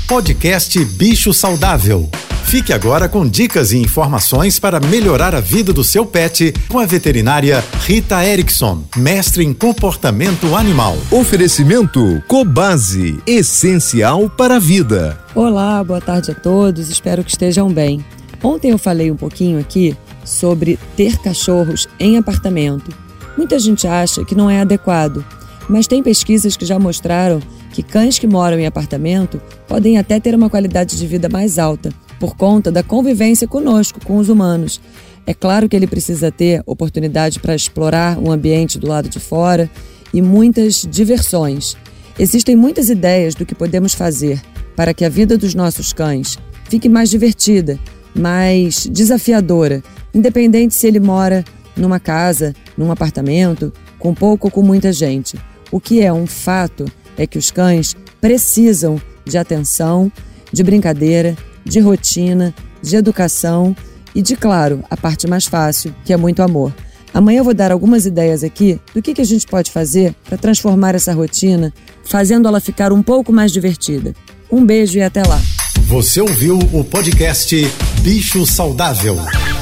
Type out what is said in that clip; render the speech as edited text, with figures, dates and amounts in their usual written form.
Podcast Bicho Saudável. Fique agora com dicas e informações para melhorar a vida do seu pet com a veterinária Rita Erickson, mestre em comportamento animal. Oferecimento Cobase, essencial para a vida. Olá, boa tarde a todos, espero que estejam bem. Ontem eu falei um pouquinho aqui sobre ter cachorros em apartamento. Muita gente acha que não é adequado, mas tem pesquisas que já mostraram que cães que moram em apartamento podem até ter uma qualidade de vida mais alta, por conta da convivência conosco, com os humanos. É claro que ele precisa ter oportunidade para explorar o ambiente do lado de fora e muitas diversões. Existem muitas ideias do que podemos fazer para que a vida dos nossos cães fique mais divertida, mais desafiadora, independente se ele mora numa casa, num apartamento, com pouco ou com muita gente. O que é um fato é que os cães precisam de atenção, de brincadeira, de rotina, de educação e de, claro, a parte mais fácil, que é muito amor. Amanhã eu vou dar algumas ideias aqui do que a gente pode fazer para transformar essa rotina, fazendo ela ficar um pouco mais divertida. Um beijo e até lá. Você ouviu o podcast Bicho Saudável.